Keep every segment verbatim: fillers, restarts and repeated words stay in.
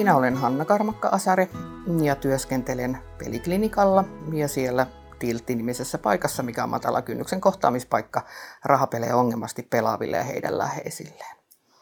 Minä olen Hanna Karmakka-Asare ja työskentelen peliklinikalla ja siellä Tiltti-nimisessä paikassa, mikä on matala kynnyksen kohtaamispaikka rahapelejä ongelmasti pelaaville ja heidän läheisilleen.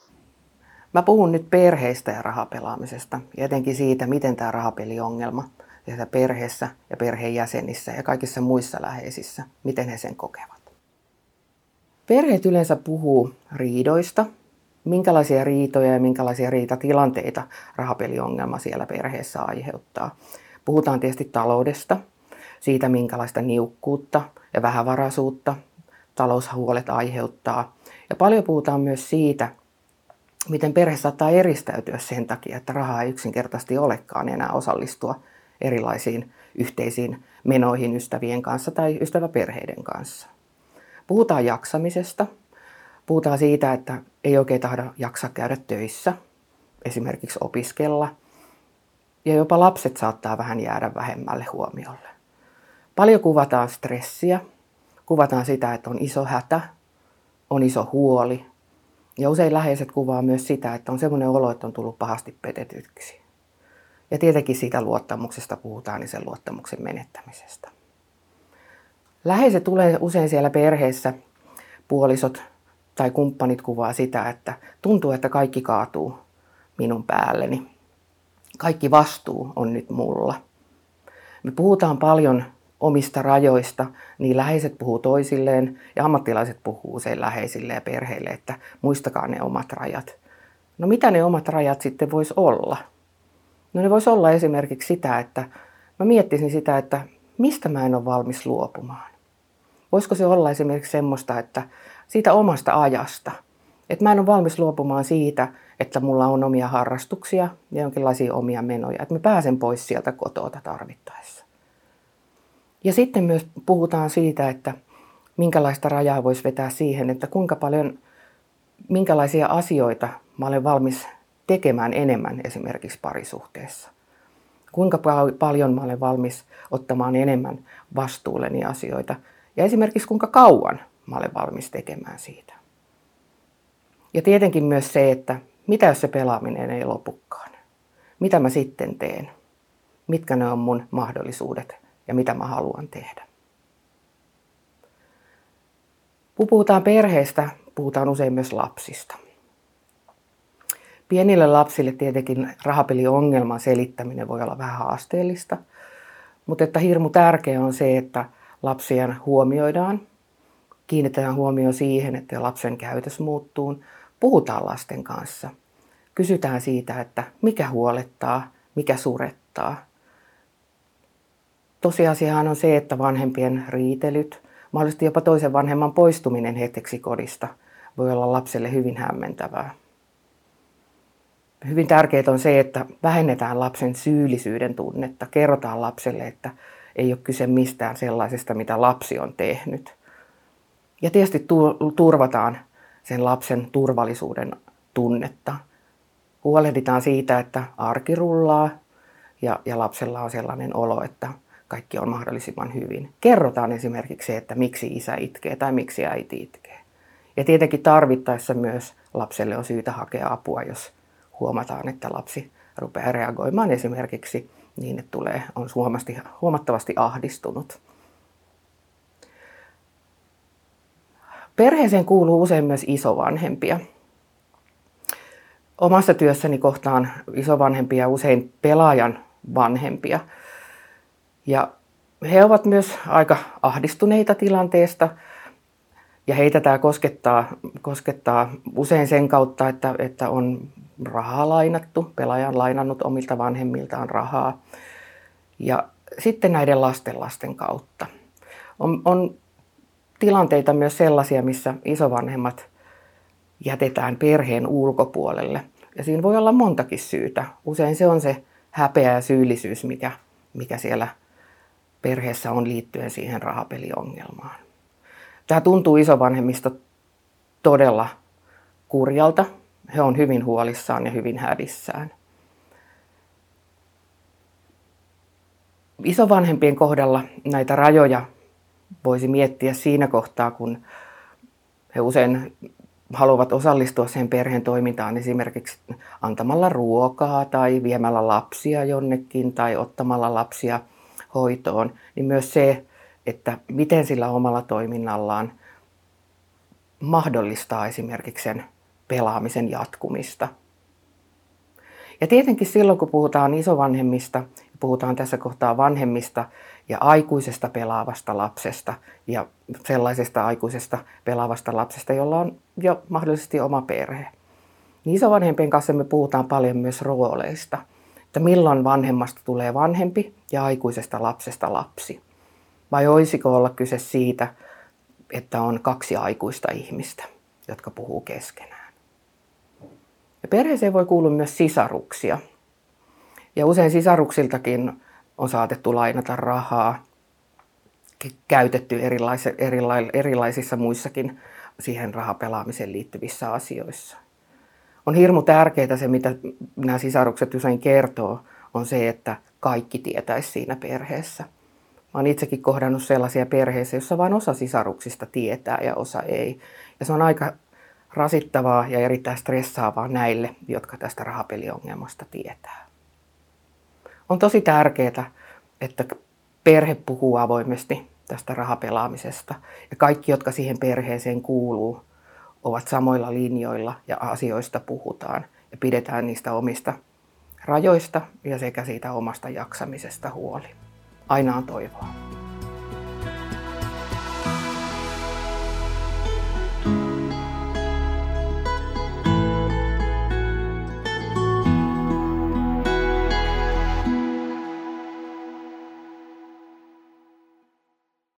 Mä puhun nyt perheistä ja rahapelaamisesta ja etenkin siitä, miten tämä rahapeliongelma ja perheessä ja perheenjäsenissä ja kaikissa muissa läheisissä, miten he sen kokevat. Perheet yleensä puhuu riidoista, minkälaisia riitoja ja minkälaisia riitatilanteita rahapeliongelma siellä perheessä aiheuttaa. Puhutaan tietysti taloudesta, siitä minkälaista niukkuutta ja vähävaraisuutta taloushuolet aiheuttaa. Ja paljon puhutaan myös siitä, miten perhe saattaa eristäytyä sen takia, että rahaa ei yksinkertaisesti olekaan enää osallistua erilaisiin yhteisiin menoihin ystävien kanssa tai ystäväperheiden kanssa. Puhutaan jaksamisesta. Puhutaan siitä, että ei oikein tahdo jaksaa käydä töissä, esimerkiksi opiskella. Ja jopa lapset saattaa vähän jäädä vähemmälle huomiolle. Paljon kuvataan stressiä, kuvataan sitä, että on iso hätä, on iso huoli. Ja usein läheiset kuvaa myös sitä, että on semmoinen olo, että on tullut pahasti petetyksi. Ja tietenkin siitä luottamuksesta puhutaan, niin sen luottamuksen menettämisestä. Läheiset tulee usein siellä perheessä, puolisot tai kumppanit kuvaa sitä, että tuntuu, että kaikki kaatuu minun päälleni. Kaikki vastuu on nyt mulla. Me puhutaan paljon omista rajoista, niin läheiset puhuu toisilleen ja ammattilaiset puhuu usein läheisille ja perheille, että muistakaa ne omat rajat. No mitä ne omat rajat sitten vois olla? No ne vois olla esimerkiksi sitä, että mä miettisin sitä, että mistä mä en ole valmis luopumaan. Voisiko se olla esimerkiksi semmoista, että siitä omasta ajasta, että mä en ole valmis luopumaan siitä, että mulla on omia harrastuksia ja jonkinlaisia omia menoja, että mä pääsen pois sieltä kotoa tarvittaessa. Ja sitten myös puhutaan siitä, että minkälaista rajaa voisi vetää siihen, että kuinka paljon, minkälaisia asioita mä olen valmis tekemään enemmän esimerkiksi parisuhteessa. Kuinka paljon mä olen valmis ottamaan enemmän vastuulleni asioita ja esimerkiksi kuinka kauan mä olen valmis tekemään siitä. Ja tietenkin myös se, että mitä jos se pelaaminen ei lopukaan? Mitä mä sitten teen? Mitkä ne on mun mahdollisuudet ja mitä mä haluan tehdä? Kun puhutaan perheestä, puhutaan usein myös lapsista. Pienille lapsille tietenkin rahapeliongelman selittäminen voi olla vähän haasteellista, mutta että hirmu tärkeää on se, että lapsia huomioidaan, kiinnitetään huomio siihen, että lapsen käytös muuttuu, puhutaan lasten kanssa, kysytään siitä, että mikä huolettaa, mikä surettaa. Tosiasiahan on se, että vanhempien riitelyt, mahdollisesti jopa toisen vanhemman poistuminen hetkeksi kodista voi olla lapselle hyvin hämmentävää. Hyvin tärkeää on se, että vähennetään lapsen syyllisyyden tunnetta, kerrotaan lapselle, että ei ole kyse mistään sellaisesta, mitä lapsi on tehnyt. Ja tietysti turvataan sen lapsen turvallisuuden tunnetta. Huolehditaan siitä, että arki rullaa ja, ja lapsella on sellainen olo, että kaikki on mahdollisimman hyvin. Kerrotaan esimerkiksi se, että miksi isä itkee tai miksi äiti itkee. Ja tietenkin tarvittaessa myös lapselle on syytä hakea apua, jos huomataan, että lapsi rupeaa reagoimaan esimerkiksi niin, että tulee, on huomattavasti ahdistunut. Perheeseen kuuluu usein myös isovanhempia. Omassa työssäni kohtaan isovanhempia usein pelaajan vanhempia. Ja he ovat myös aika ahdistuneita tilanteesta. Ja heitä tämä koskettaa, koskettaa usein sen kautta, että, että on rahaa lainattu, pelaaja on lainannut omilta vanhemmiltaan rahaa. Ja sitten näiden lasten lasten kautta. On, on tilanteita myös sellaisia, missä isovanhemmat jätetään perheen ulkopuolelle. Ja siinä voi olla montakin syytä. Usein se on se häpeä ja syyllisyys, mikä, mikä siellä perheessä on liittyen siihen rahapeliongelmaan. Tämä tuntuu isovanhemmista todella kurjalta. He on hyvin huolissaan ja hyvin hädissään. Isovanhempien kohdalla näitä rajoja voisi miettiä siinä kohtaa, kun he usein haluavat osallistua sen perheen toimintaan esimerkiksi antamalla ruokaa tai viemällä lapsia jonnekin tai ottamalla lapsia hoitoon, niin myös se, että miten sillä omalla toiminnallaan mahdollistaa esimerkiksi sen pelaamisen jatkumista. Ja tietenkin silloin, kun puhutaan isovanhemmista, puhutaan tässä kohtaa vanhemmista ja aikuisesta pelaavasta lapsesta ja sellaisesta aikuisesta pelaavasta lapsesta, jolla on jo mahdollisesti oma perhe. Niin isovanhempien kanssa me puhutaan paljon myös rooleista, että milloin vanhemmasta tulee vanhempi ja aikuisesta lapsesta lapsi. Vai olisiko olla kyse siitä, että on kaksi aikuista ihmistä, jotka puhuu keskenään. Ja perheeseen voi kuulua myös sisaruksia. Ja usein sisaruksiltakin on saatettu lainata rahaa, käytetty erilais- erila- erilaisissa muissakin siihen rahapelaamiseen liittyvissä asioissa. On hirmu tärkeää se, mitä nämä sisarukset usein kertoo, on se, että kaikki tietäisi siinä perheessä. Mä oon itsekin kohdannut sellaisia perheitä, joissa vain osa sisaruksista tietää ja osa ei. Ja se on aika rasittavaa ja erittäin stressaavaa näille, jotka tästä rahapeliongelmasta tietää. On tosi tärkeää, että perhe puhuu avoimesti tästä rahapelaamisesta ja kaikki, jotka siihen perheeseen kuuluu, ovat samoilla linjoilla ja asioista puhutaan ja pidetään niistä omista rajoista ja sekä siitä omasta jaksamisesta huoli. Aina on toivoa.